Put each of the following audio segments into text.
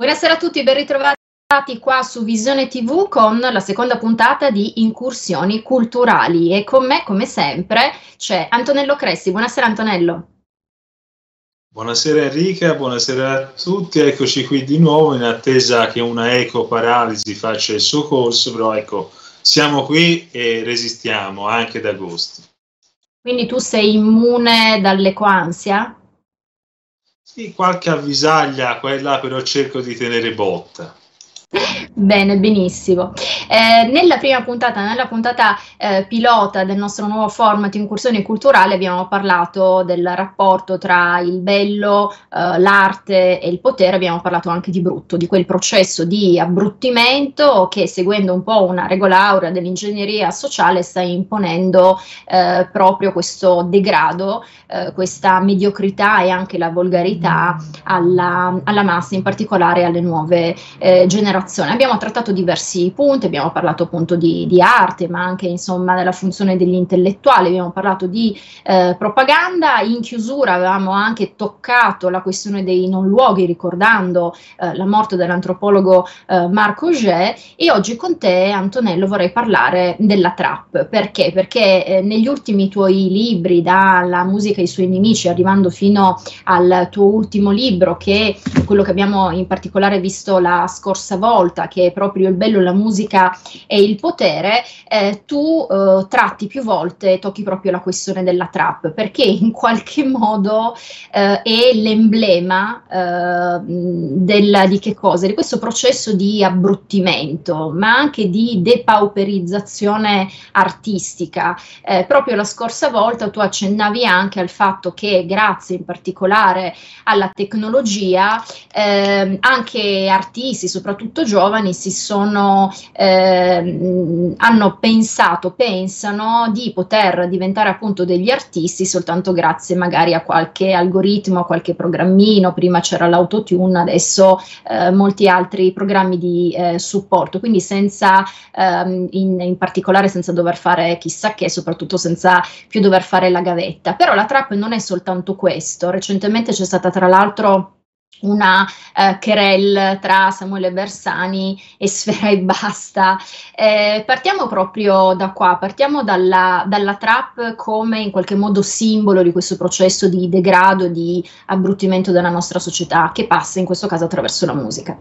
Buonasera a tutti, ben ritrovati qua su Visione TV con la seconda puntata di Incursioni Culturali e con me, come sempre, c'è Antonello Cressi. Buonasera Antonello. Buonasera Enrica, buonasera a tutti, eccoci qui di nuovo in attesa che una ecoparalisi faccia il suo corso, però ecco, siamo qui e resistiamo anche ad agosto. Quindi tu sei immune dall'ecoansia? Sì, qualche avvisaglia qua e là, però cerco di tenere botta. Bene, benissimo. Nella prima puntata, nella puntata pilota del nostro nuovo format Incursioni Culturali, abbiamo parlato del rapporto tra il bello, l'arte e il potere. Abbiamo parlato anche di brutto, di quel processo di abbruttimento che, seguendo un po' una regola aurea dell'ingegneria sociale, sta imponendo proprio questo degrado, questa mediocrità e anche la volgarità alla massa, in particolare alle nuove generazioni. Abbiamo trattato diversi punti, abbiamo parlato appunto di arte, ma anche insomma della funzione degli intellettuali, abbiamo parlato di propaganda. In chiusura avevamo anche toccato la questione dei non luoghi, ricordando la morte dell'antropologo Marc Augé, e oggi con te, Antonello, vorrei parlare della trap. Perché? Perché negli ultimi tuoi libri, dalla musica ai suoi nemici, arrivando fino al tuo ultimo libro, che è quello che abbiamo in particolare visto la scorsa volta, che è proprio il bello, la musica e il potere, tu tratti più volte, tocchi proprio la questione della trap, perché in qualche modo è l'emblema di che cosa? Di questo processo di abbruttimento, ma anche di depauperizzazione artistica. Proprio la scorsa volta tu accennavi anche al fatto che, grazie in particolare alla tecnologia, anche artisti, soprattutto giovani, hanno pensano di poter diventare appunto degli artisti soltanto grazie magari a qualche algoritmo, a qualche programmino. Prima c'era l'autotune, adesso molti altri programmi di supporto, quindi senza in particolare senza dover fare chissà che, soprattutto senza più dover fare la gavetta. Però la trap non è soltanto questo. Recentemente c'è stata tra l'altro una querelle tra Samuele Bersani e Sfera Ebbasta. Partiamo proprio da qua, partiamo dalla trap come in qualche modo simbolo di questo processo di degrado, di abbruttimento della nostra società, che passa in questo caso attraverso la musica.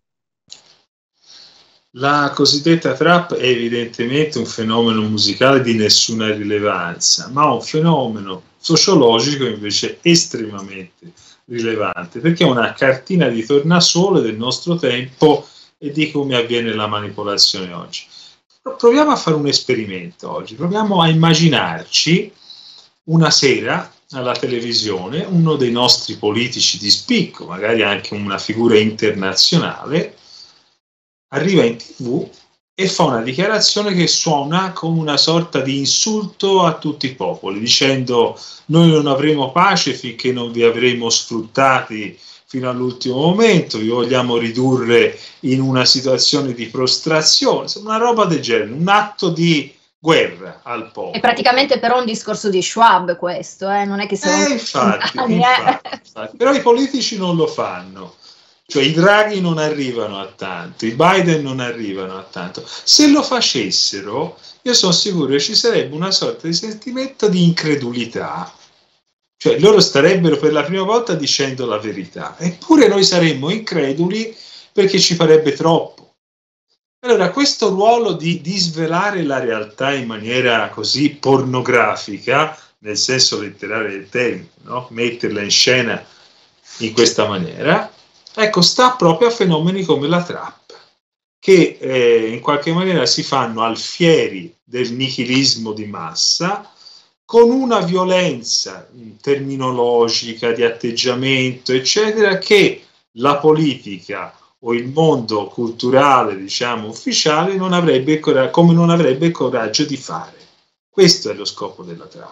La cosiddetta trap è evidentemente un fenomeno musicale di nessuna rilevanza, ma un fenomeno sociologico invece estremamente rilevante, perché è una cartina di tornasole del nostro tempo e di come avviene la manipolazione oggi. Proviamo a fare un esperimento oggi, proviamo a immaginarci una sera alla televisione uno dei nostri politici di spicco, magari anche una figura internazionale, arriva in TV e fa una dichiarazione che suona come una sorta di insulto a tutti i popoli, dicendo: noi non avremo pace finché non vi avremo sfruttati fino all'ultimo momento, vi vogliamo ridurre in una situazione di prostrazione, una roba del genere, un atto di guerra al popolo. È praticamente però un discorso di Schwab questo, non è che se infatti, però i politici non lo fanno. Cioè i Draghi non arrivano a tanto, i Biden non arrivano a tanto. Se lo facessero, io sono sicuro che ci sarebbe una sorta di sentimento di incredulità. Cioè loro starebbero per la prima volta dicendo la verità, eppure noi saremmo increduli perché ci farebbe troppo. Allora questo ruolo di svelare la realtà in maniera così pornografica, nel senso letterale del termine, no? Metterla in scena in questa maniera, ecco, sta proprio a fenomeni come la trap, che in qualche maniera si fanno alfieri del nichilismo di massa, con una violenza terminologica, di atteggiamento, eccetera, che la politica o il mondo culturale, diciamo, ufficiale, non avrebbe coraggio di fare. Questo è lo scopo della trap.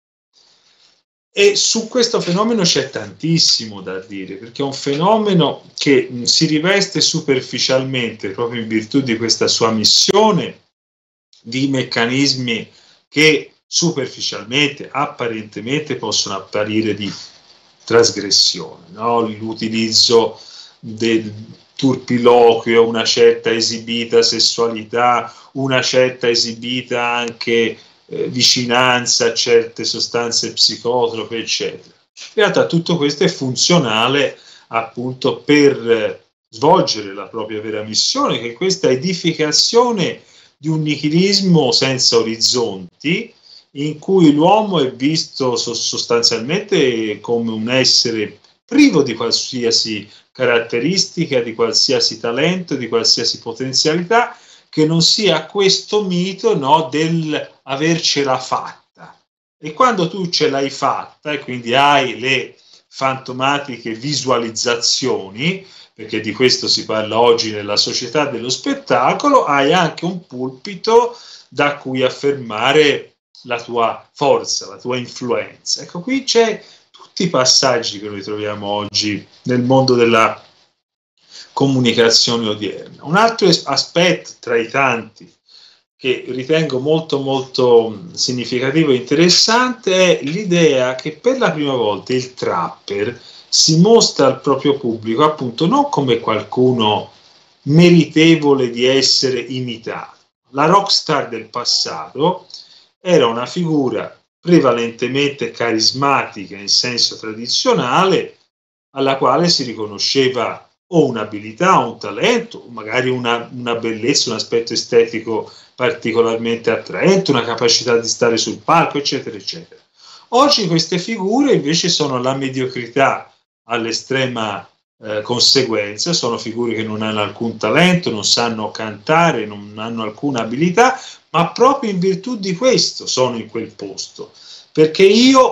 E su questo fenomeno c'è tantissimo da dire, perché è un fenomeno che si riveste superficialmente, proprio in virtù di questa sua missione, di meccanismi che superficialmente, apparentemente, possono apparire di trasgressione, no? L'utilizzo turpiloquio, una certa esibita sessualità, una certa esibita anche vicinanza a certe sostanze psicotrope, eccetera. In realtà tutto questo è funzionale appunto per svolgere la propria vera missione, che è questa edificazione di un nichilismo senza orizzonti, in cui l'uomo è visto sostanzialmente come un essere privo di qualsiasi caratteristica, di qualsiasi talento, di qualsiasi potenzialità, che non sia questo mito, no, del avercela fatta. E quando tu ce l'hai fatta e quindi hai le fantomatiche visualizzazioni, perché di questo si parla oggi nella società dello spettacolo, hai anche un pulpito da cui affermare la tua forza, la tua influenza. Ecco, qui c'è tutti i passaggi che noi troviamo oggi nel mondo della comunicazione odierna. Un altro aspetto tra i tanti che ritengo molto molto significativo e interessante è l'idea che per la prima volta il trapper si mostra al proprio pubblico appunto non come qualcuno meritevole di essere imitato. La rockstar del passato era una figura prevalentemente carismatica in senso tradizionale, alla quale si riconosceva o un'abilità, un talento, magari una bellezza, un aspetto estetico particolarmente attraente, una capacità di stare sul palco, eccetera, eccetera. Oggi queste figure invece sono la mediocrità all'estrema conseguenza, sono figure che non hanno alcun talento, non sanno cantare, non hanno alcuna abilità, ma proprio in virtù di questo sono in quel posto. Perché io,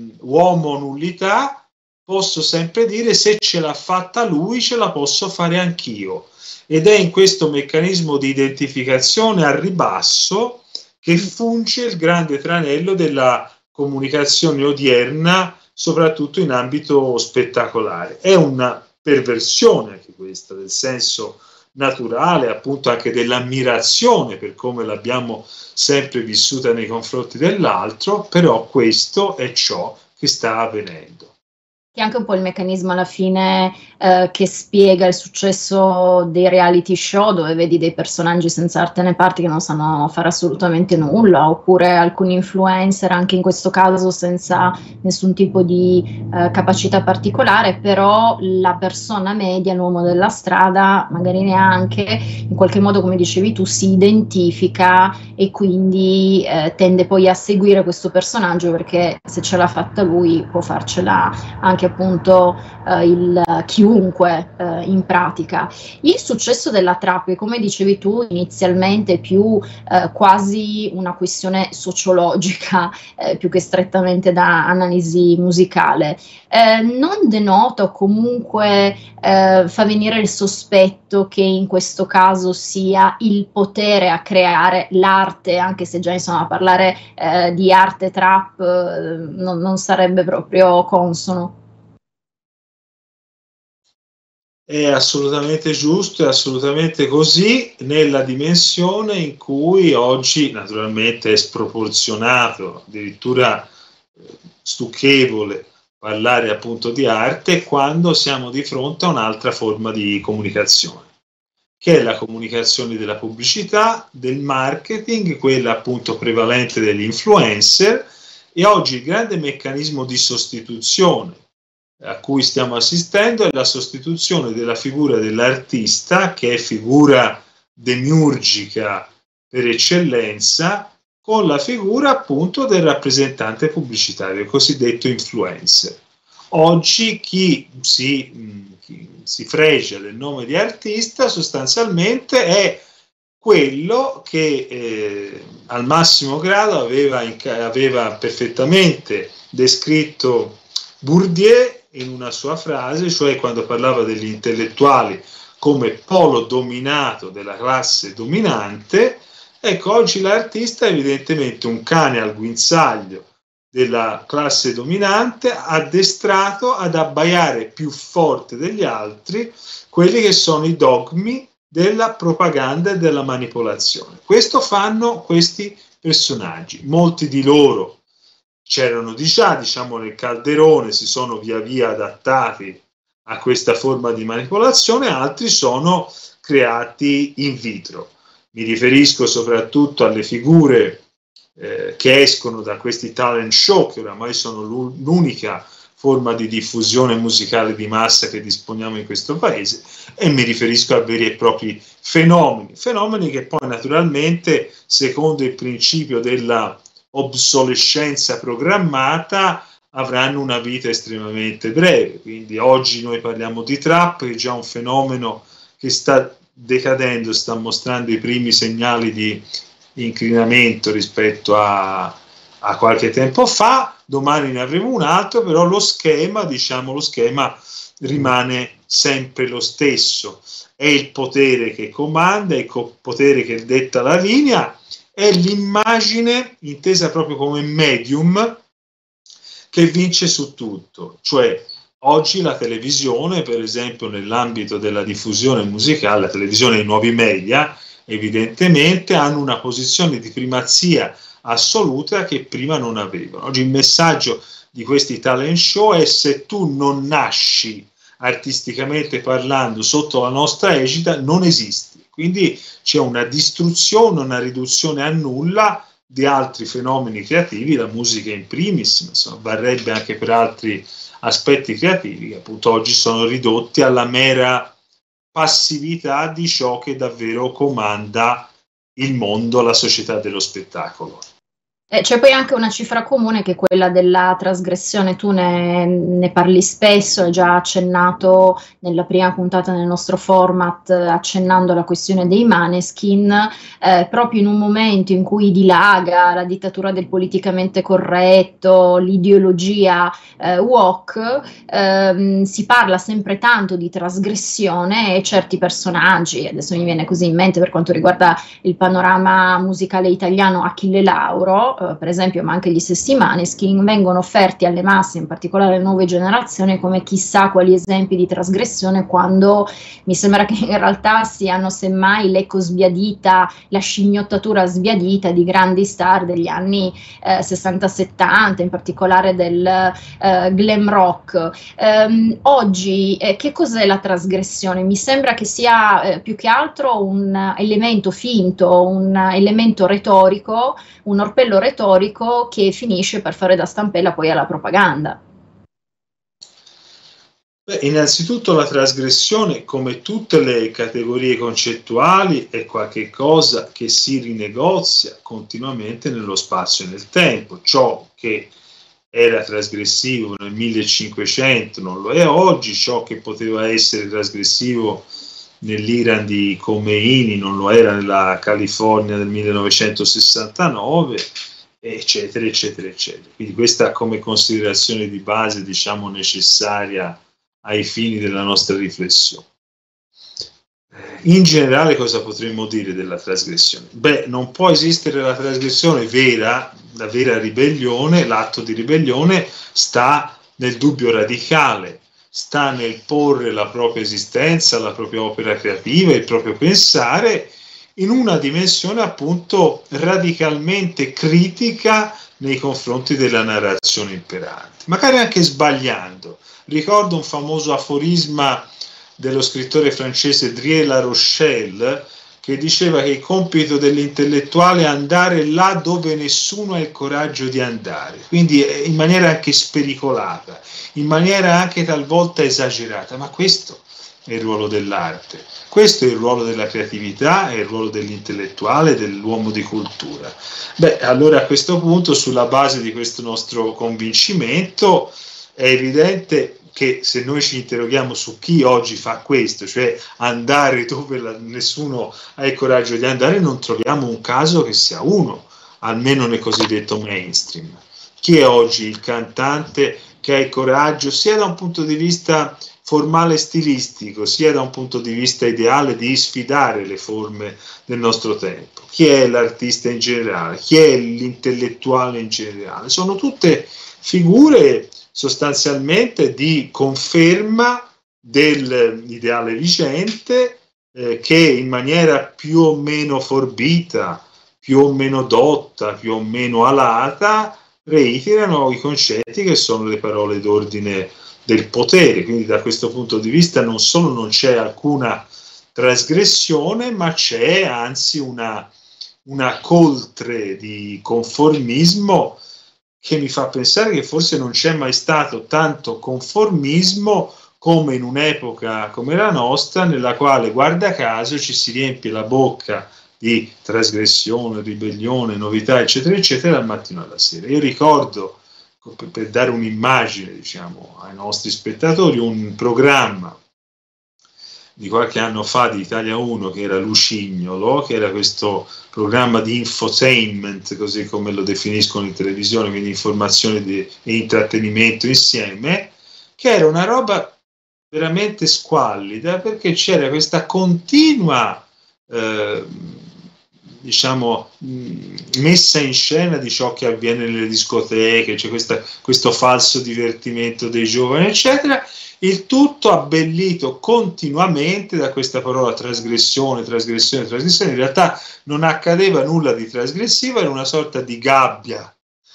uomo nullità, posso sempre dire se ce l'ha fatta lui, ce la posso fare anch'io. Ed è in questo meccanismo di identificazione al ribasso che funge il grande tranello della comunicazione odierna, soprattutto in ambito spettacolare. È una perversione anche questa del senso naturale, appunto anche dell'ammirazione per come l'abbiamo sempre vissuta nei confronti dell'altro, però questo è ciò che sta avvenendo. Che è anche un po' il meccanismo alla fine che spiega il successo dei reality show, dove vedi dei personaggi senza arte né parte che non sanno fare assolutamente nulla, oppure alcuni influencer anche in questo caso senza nessun tipo di capacità particolare, però la persona media, l'uomo della strada, magari neanche, in qualche modo, come dicevi tu, si identifica e quindi tende poi a seguire questo personaggio, perché se ce l'ha fatta lui può farcela anche appunto il chiunque in pratica. Il successo della trap, come dicevi tu inizialmente, è più quasi una questione sociologica più che strettamente da analisi musicale. Non denota o comunque fa venire il sospetto che in questo caso sia il potere a creare l'arte, anche se già insomma parlare di arte trap non sarebbe proprio consono. È assolutamente giusto, è assolutamente così, nella dimensione in cui oggi naturalmente è sproporzionato, addirittura stucchevole parlare appunto di arte quando siamo di fronte a un'altra forma di comunicazione, che è la comunicazione della pubblicità, del marketing, quella appunto prevalente degli influencer, e oggi il grande meccanismo di sostituzione a cui stiamo assistendo è la sostituzione della figura dell'artista, che è figura demiurgica per eccellenza, con la figura appunto del rappresentante pubblicitario, il cosiddetto influencer. Oggi chi si fregia del nome di artista sostanzialmente è quello che al massimo grado aveva perfettamente descritto Bourdieu in una sua frase, cioè quando parlava degli intellettuali come polo dominato della classe dominante. Ecco, oggi l'artista è evidentemente un cane al guinzaglio della classe dominante, addestrato ad abbaiare più forte degli altri quelli che sono i dogmi della propaganda e della manipolazione. Questo fanno questi personaggi. Molti di loro c'erano già, diciamo, nel calderone, si sono via via adattati a questa forma di manipolazione, altri sono creati in vitro. Mi riferisco soprattutto alle figure che escono da questi talent show, che oramai sono l'unica forma di diffusione musicale di massa che disponiamo in questo paese, e mi riferisco a veri e propri fenomeni che poi naturalmente, secondo il principio della obsolescenza programmata, avranno una vita estremamente breve. Quindi oggi noi parliamo di trap, che è già un fenomeno che sta decadendo, sta mostrando i primi segnali di incrinamento rispetto a qualche tempo fa. Domani ne avremo un altro, però lo schema rimane sempre lo stesso. È il potere che comanda, è il potere che detta la linea, è l'immagine intesa proprio come medium che vince su tutto. Cioè oggi la televisione, per esempio nell'ambito della diffusione musicale, la televisione e i nuovi media evidentemente hanno una posizione di primazia assoluta che prima non avevano. Oggi il messaggio di questi talent show è: se tu non nasci artisticamente parlando sotto la nostra egida, non esisti. Quindi c'è una distruzione, una riduzione a nulla di altri fenomeni creativi, la musica in primis, insomma, varrebbe anche per altri aspetti creativi che appunto oggi sono ridotti alla mera passività di ciò che davvero comanda il mondo, la società dello spettacolo. C'è poi anche una cifra comune che è quella della trasgressione. Tu ne parli spesso, hai già accennato nella prima puntata del nostro format, accennando alla questione dei Maneskin, proprio in un momento in cui dilaga la dittatura del politicamente corretto, l'ideologia woke, si parla sempre tanto di trasgressione, e certi personaggi, adesso mi viene così in mente per quanto riguarda il panorama musicale italiano, Achille Lauro, per esempio, ma anche gli stessi Maneskin, vengono offerti alle masse, in particolare alle nuove generazioni, come chissà quali esempi di trasgressione, quando mi sembra che in realtà siano semmai l'eco sbiadita, la scimmiottatura sbiadita di grandi star degli anni 60-70, in particolare del glam rock. Oggi che cos'è la trasgressione? Mi sembra che sia più che altro un elemento finto, un elemento retorico, un orpello retorico che finisce per fare da stampella poi alla propaganda. Beh, innanzitutto la trasgressione, come tutte le categorie concettuali, è qualche cosa che si rinegozia continuamente nello spazio e nel tempo. Ciò che era trasgressivo nel 1500 non lo è oggi, ciò che poteva essere trasgressivo nell'Iran di Khomeini non lo era nella California del 1969, eccetera, eccetera, eccetera. Quindi questa come considerazione di base, diciamo, necessaria ai fini della nostra riflessione. In generale cosa potremmo dire della trasgressione? Beh, non può esistere la trasgressione vera, la vera ribellione, l'atto di ribellione sta nel dubbio radicale, sta nel porre la propria esistenza, la propria opera creativa, il proprio pensare in una dimensione appunto radicalmente critica nei confronti della narrazione imperante, magari anche sbagliando. Ricordo un famoso aforisma dello scrittore francese Drier La Rochelle, che diceva che il compito dell'intellettuale è andare là dove nessuno ha il coraggio di andare, quindi in maniera anche spericolata, in maniera anche talvolta esagerata, ma questo è il ruolo dell'arte, questo è il ruolo della creatività, è il ruolo dell'intellettuale, dell'uomo di cultura. Beh, allora a questo punto, sulla base di questo nostro convincimento, è evidente che se noi ci interroghiamo su chi oggi fa questo, cioè andare dove nessuno ha il coraggio di andare, non troviamo un caso che sia uno, almeno nel cosiddetto mainstream. Chi è oggi il cantante che ha il coraggio, sia da un punto di vista formale e stilistico, sia da un punto di vista ideale, di sfidare le forme del nostro tempo? Chi è l'artista in generale? Chi è l'intellettuale in generale? Sono tutte figure sostanzialmente di conferma dell'ideale vigente, che in maniera più o meno forbita, più o meno dotta, più o meno alata, reiterano i concetti che sono le parole d'ordine del potere, quindi da questo punto di vista non solo non c'è alcuna trasgressione, ma c'è anzi una coltre di conformismo che mi fa pensare che forse non c'è mai stato tanto conformismo come in un'epoca come la nostra, nella quale, guarda caso, ci si riempie la bocca di trasgressione, ribellione, novità, eccetera, eccetera, dal mattino alla sera. Io ricordo, per dare un'immagine, diciamo, ai nostri spettatori, un programma di qualche anno fa di Italia 1 che era Lucignolo, che era questo programma di infotainment, così come lo definiscono in televisione, quindi informazione e intrattenimento insieme, che era una roba veramente squallida, perché c'era questa continua diciamo messa in scena di ciò che avviene nelle discoteche, c'è questo falso divertimento dei giovani, eccetera, il tutto abbellito continuamente da questa parola trasgressione. In realtà non accadeva nulla di trasgressivo, era una sorta di gabbia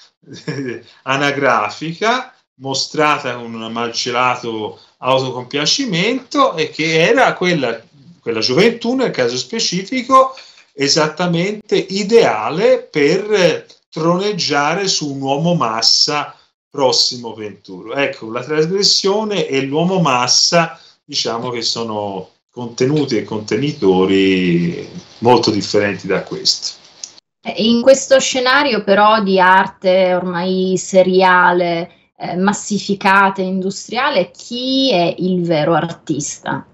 anagrafica mostrata con un malcelato autocompiacimento, e che era quella gioventù, nel caso specifico, esattamente ideale per troneggiare su un uomo massa prossimo venturo. Ecco, la trasgressione e l'uomo massa, diciamo che sono contenuti e contenitori molto differenti da questo. In questo scenario però di arte ormai seriale, massificata, industriale, chi è il vero artista?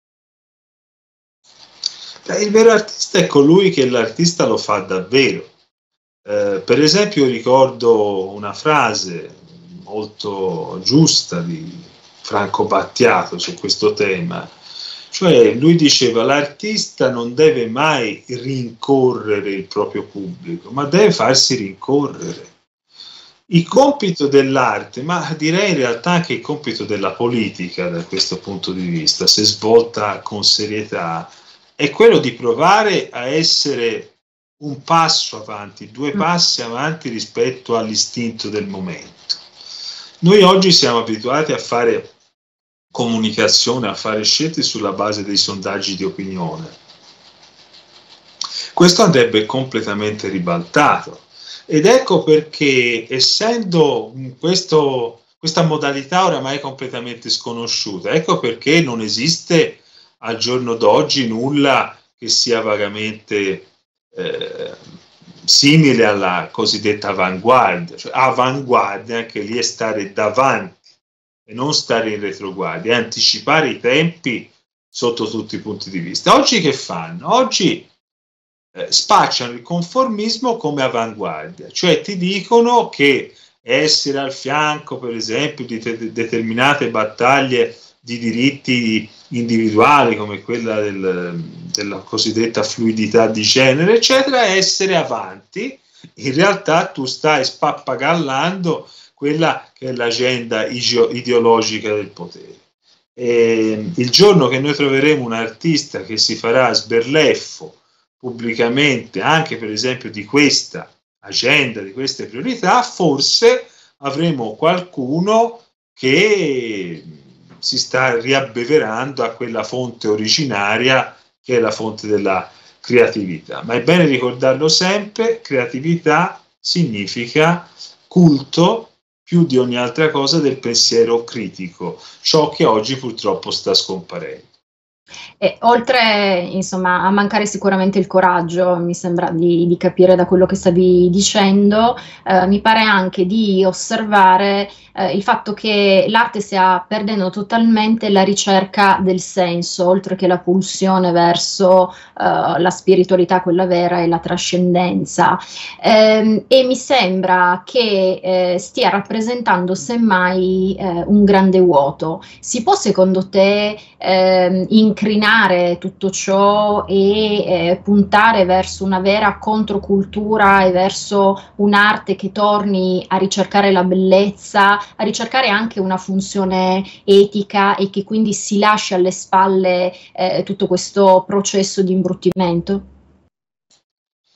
Il vero artista è colui che l'artista lo fa davvero. Per esempio, ricordo una frase molto giusta di Franco Battiato su questo tema, cioè lui diceva: l'artista non deve mai rincorrere il proprio pubblico, ma deve farsi rincorrere. Il compito dell'arte, ma direi in realtà anche il compito della politica da questo punto di vista, se svolta con serietà, è quello di provare a essere un passo avanti, 2 passi avanti rispetto all'istinto del momento. Noi oggi siamo abituati a fare comunicazione, a fare scelte sulla base dei sondaggi di opinione. Questo andrebbe completamente ribaltato, ed ecco perché, essendo questa modalità oramai completamente sconosciuta, ecco perché non esiste al giorno d'oggi nulla che sia vagamente simile alla cosiddetta avanguardia. Cioè, avanguardia anche lì è stare davanti e non stare in retroguardia, è anticipare i tempi sotto tutti i punti di vista. Oggi che fanno? Oggi spacciano il conformismo come avanguardia, cioè ti dicono che essere al fianco, per esempio, di determinate battaglie di diritti individuali come quella della cosiddetta fluidità di genere, eccetera, è essere avanti. In realtà tu stai spappagallando quella che è l'agenda ideologica del potere. E il giorno che noi troveremo un artista che si farà sberleffo pubblicamente anche per esempio di questa agenda, di queste priorità, forse avremo qualcuno che si sta riabbeverando a quella fonte originaria che è la fonte della creatività. Ma è bene ricordarlo sempre: creatività significa culto più di ogni altra cosa del pensiero critico, ciò che oggi purtroppo sta scomparendo. E oltre, insomma, a mancare sicuramente il coraggio, mi sembra di capire da quello che stavi dicendo, mi pare anche di osservare il fatto che l'arte stia perdendo totalmente la ricerca del senso, oltre che la pulsione verso la spiritualità, quella vera, e la trascendenza. E mi sembra che stia rappresentando semmai un grande vuoto. Si può, secondo te, incrinare tutto ciò e puntare verso una vera controcultura e verso un'arte che torni a ricercare la bellezza, a ricercare anche una funzione etica, e che quindi si lasci alle spalle tutto questo processo di imbruttimento?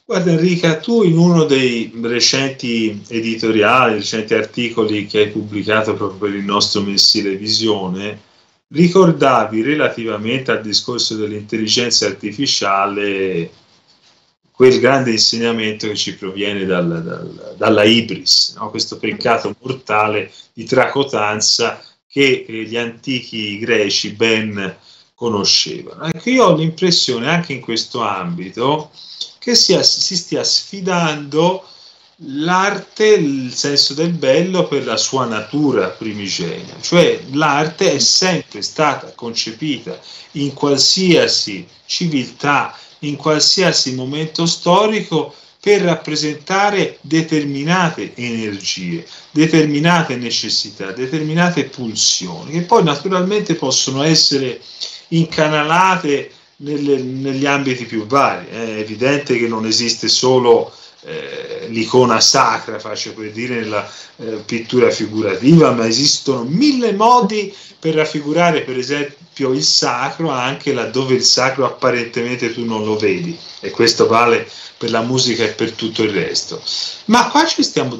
Guarda Enrica, tu in uno dei recenti editoriali, recenti articoli che hai pubblicato proprio per il nostro mensile Visione, ricordavi relativamente al discorso dell'intelligenza artificiale quel grande insegnamento che ci proviene dalla ibris, no? Questo peccato mortale di tracotanza che gli antichi greci ben conoscevano. Ecco, io ho l'impressione anche in questo ambito che si stia sfidando l'arte, il senso del bello per la sua natura primigenia, cioè l'arte è sempre stata concepita in qualsiasi civiltà, in qualsiasi momento storico per rappresentare determinate energie, determinate necessità, determinate pulsioni, che poi naturalmente possono essere incanalate negli ambiti più vari. È evidente che non esiste solo l'icona sacra, faccio per dire, nella pittura figurativa, ma esistono mille modi per raffigurare per esempio il sacro, anche laddove il sacro apparentemente tu non lo vedi, e questo vale per la musica e per tutto il resto. Ma qua ci stiamo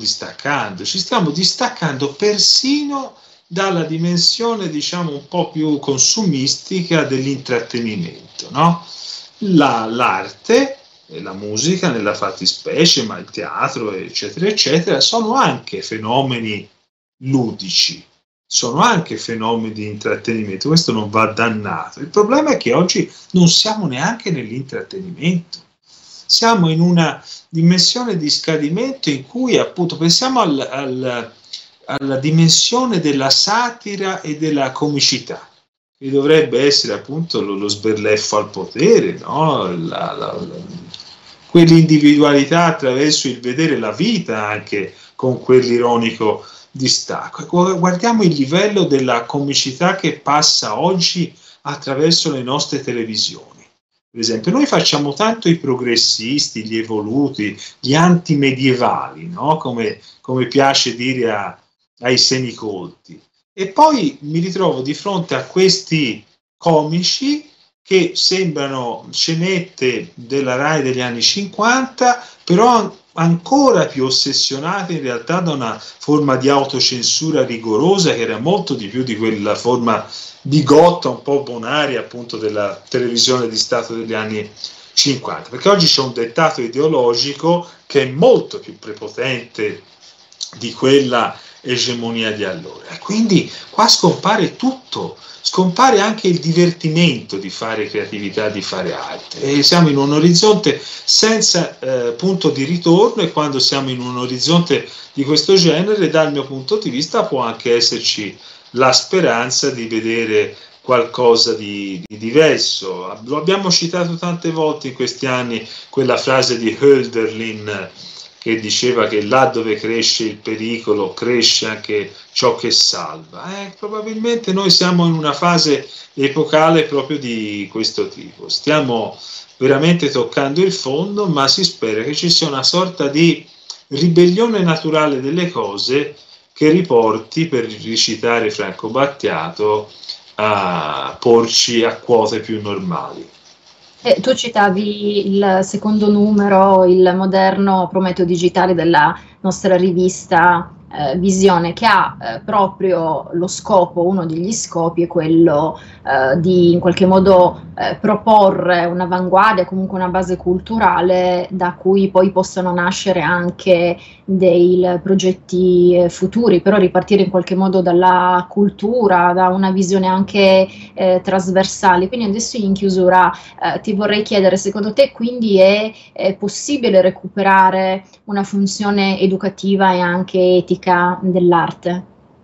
distaccando persino dalla dimensione, diciamo, un po' più consumistica dell'intrattenimento, no? L'arte, la musica nella fattispecie, ma il teatro, eccetera, eccetera, sono anche fenomeni ludici, sono anche fenomeni di intrattenimento, questo non va dannato. Il problema è che oggi non siamo neanche nell'intrattenimento, siamo in una dimensione di scadimento in cui, appunto, pensiamo alla dimensione della satira e della comicità, che dovrebbe essere appunto lo sberleffo al potere, no? Quell'individualità attraverso il vedere la vita anche con quell'ironico distacco. Guardiamo il livello della comicità che passa oggi attraverso le nostre televisioni. Per esempio, noi facciamo tanto i progressisti, gli evoluti, gli antimedievali, no? Come piace dire ai semicolti. E poi mi ritrovo di fronte a questi comici che sembrano scenette della Rai degli anni 50, però ancora più ossessionate in realtà da una forma di autocensura rigorosa che era molto di più di quella forma bigotta, un po' bonaria appunto della televisione di Stato degli anni 50, perché oggi c'è un dettato ideologico che è molto più prepotente di quella egemonia di allora. E quindi qua scompare tutto, scompare anche il divertimento di fare creatività, di fare arte, e siamo in un orizzonte senza punto di ritorno, e quando siamo in un orizzonte di questo genere, dal mio punto di vista può anche esserci la speranza di vedere qualcosa di diverso. Lo abbiamo citato tante volte in questi anni, quella frase di Hölderlin che diceva che là dove cresce il pericolo cresce anche ciò che salva. Probabilmente noi siamo in una fase epocale proprio di questo tipo, stiamo veramente toccando il fondo, ma si spera che ci sia una sorta di ribellione naturale delle cose che riporti, per ricitare Franco Battiato, a porci a quote più normali. Tu citavi il secondo numero, il moderno Prometeo digitale della nostra rivista Visione, che ha proprio lo scopo, uno degli scopi è quello di in qualche modo proporre un'avanguardia, comunque una base culturale da cui poi possono nascere anche dei progetti futuri, però ripartire in qualche modo dalla cultura, da una visione anche trasversale. Quindi adesso in chiusura ti vorrei chiedere, secondo te quindi è possibile recuperare una funzione educativa e anche etica dell'arte?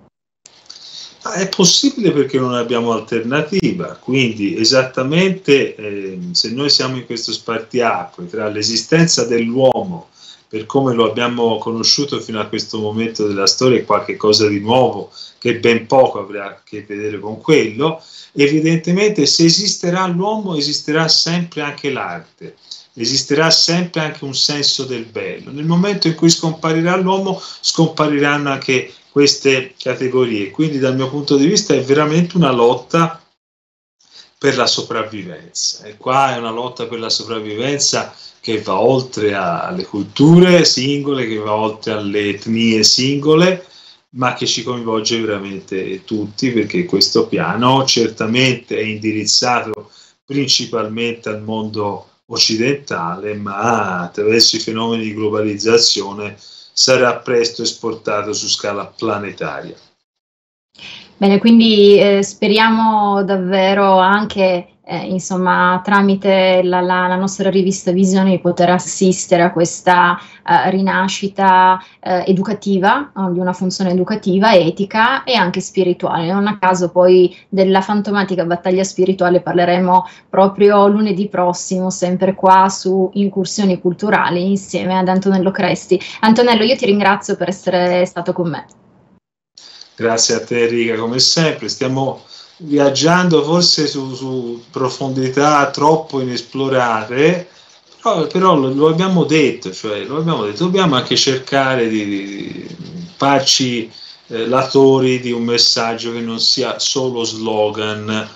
È possibile perché non abbiamo alternativa, quindi esattamente se noi siamo in questo spartiacque tra l'esistenza dell'uomo per come lo abbiamo conosciuto fino a questo momento della storia e qualche cosa di nuovo che ben poco avrà a che vedere con quello, evidentemente se esisterà l'uomo esisterà sempre anche l'arte, esisterà sempre anche un senso del bello. Nel momento in cui scomparirà l'uomo scompariranno anche queste categorie, quindi dal mio punto di vista è veramente una lotta per la sopravvivenza. E qua è una lotta per la sopravvivenza che va oltre alle culture singole, che va oltre alle etnie singole, ma che ci coinvolge veramente tutti, perché questo piano certamente è indirizzato principalmente al mondo occidentale, ma attraverso i fenomeni di globalizzazione sarà presto esportato su scala planetaria. Bene, quindi speriamo davvero anche insomma, tramite la nostra rivista Visione di poter assistere a questa rinascita educativa, di una funzione educativa, etica e anche spirituale. Non a caso poi della fantomatica battaglia spirituale parleremo proprio lunedì prossimo, sempre qua su Incursioni Culturali, insieme ad Antonello Cresti. Antonello, io ti ringrazio per essere stato con me. Grazie a te Enrica, come sempre. Stiamo viaggiando forse su profondità troppo inesplorate, però lo abbiamo detto, dobbiamo anche cercare di farci latori di un messaggio che non sia solo slogan,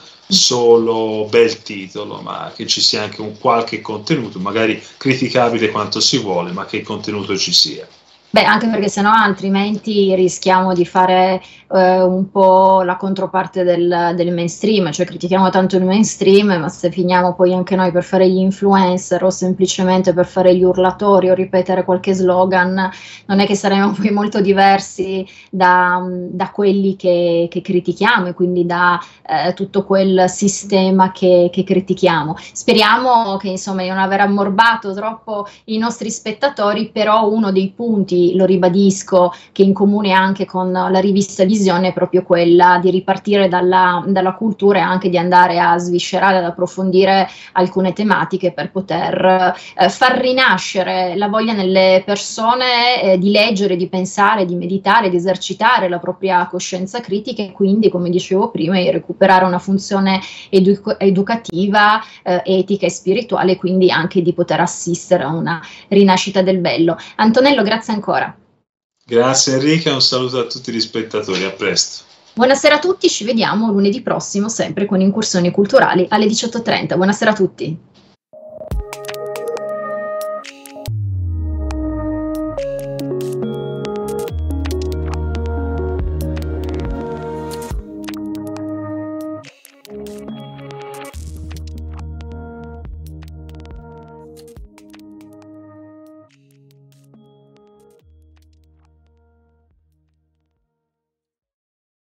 solo bel titolo, ma che ci sia anche un qualche contenuto, magari criticabile quanto si vuole, ma che il contenuto ci sia. Beh, anche perché sennò altrimenti rischiamo di fare un po' la controparte del mainstream, cioè critichiamo tanto il mainstream, ma se finiamo poi anche noi per fare gli influencer o semplicemente per fare gli urlatori o ripetere qualche slogan, non è che saremo poi molto diversi da quelli che critichiamo e quindi da tutto quel sistema che critichiamo. Speriamo che insomma di non aver ammorbato troppo i nostri spettatori, però uno dei punti, lo ribadisco, che in comune anche con la rivista Visione è proprio quella di ripartire dalla cultura e anche di andare a sviscerare, ad approfondire alcune tematiche per poter far rinascere la voglia nelle persone di leggere, di pensare, di meditare, di esercitare la propria coscienza critica e quindi, come dicevo prima, di recuperare una funzione educativa, etica e spirituale, quindi anche di poter assistere a una rinascita del bello. Antonello, grazie ancora. Grazie Enrica, un saluto a tutti gli spettatori, a presto. Buonasera a tutti, ci vediamo lunedì prossimo sempre con Incursioni Culturali alle 18:30. Buonasera a tutti.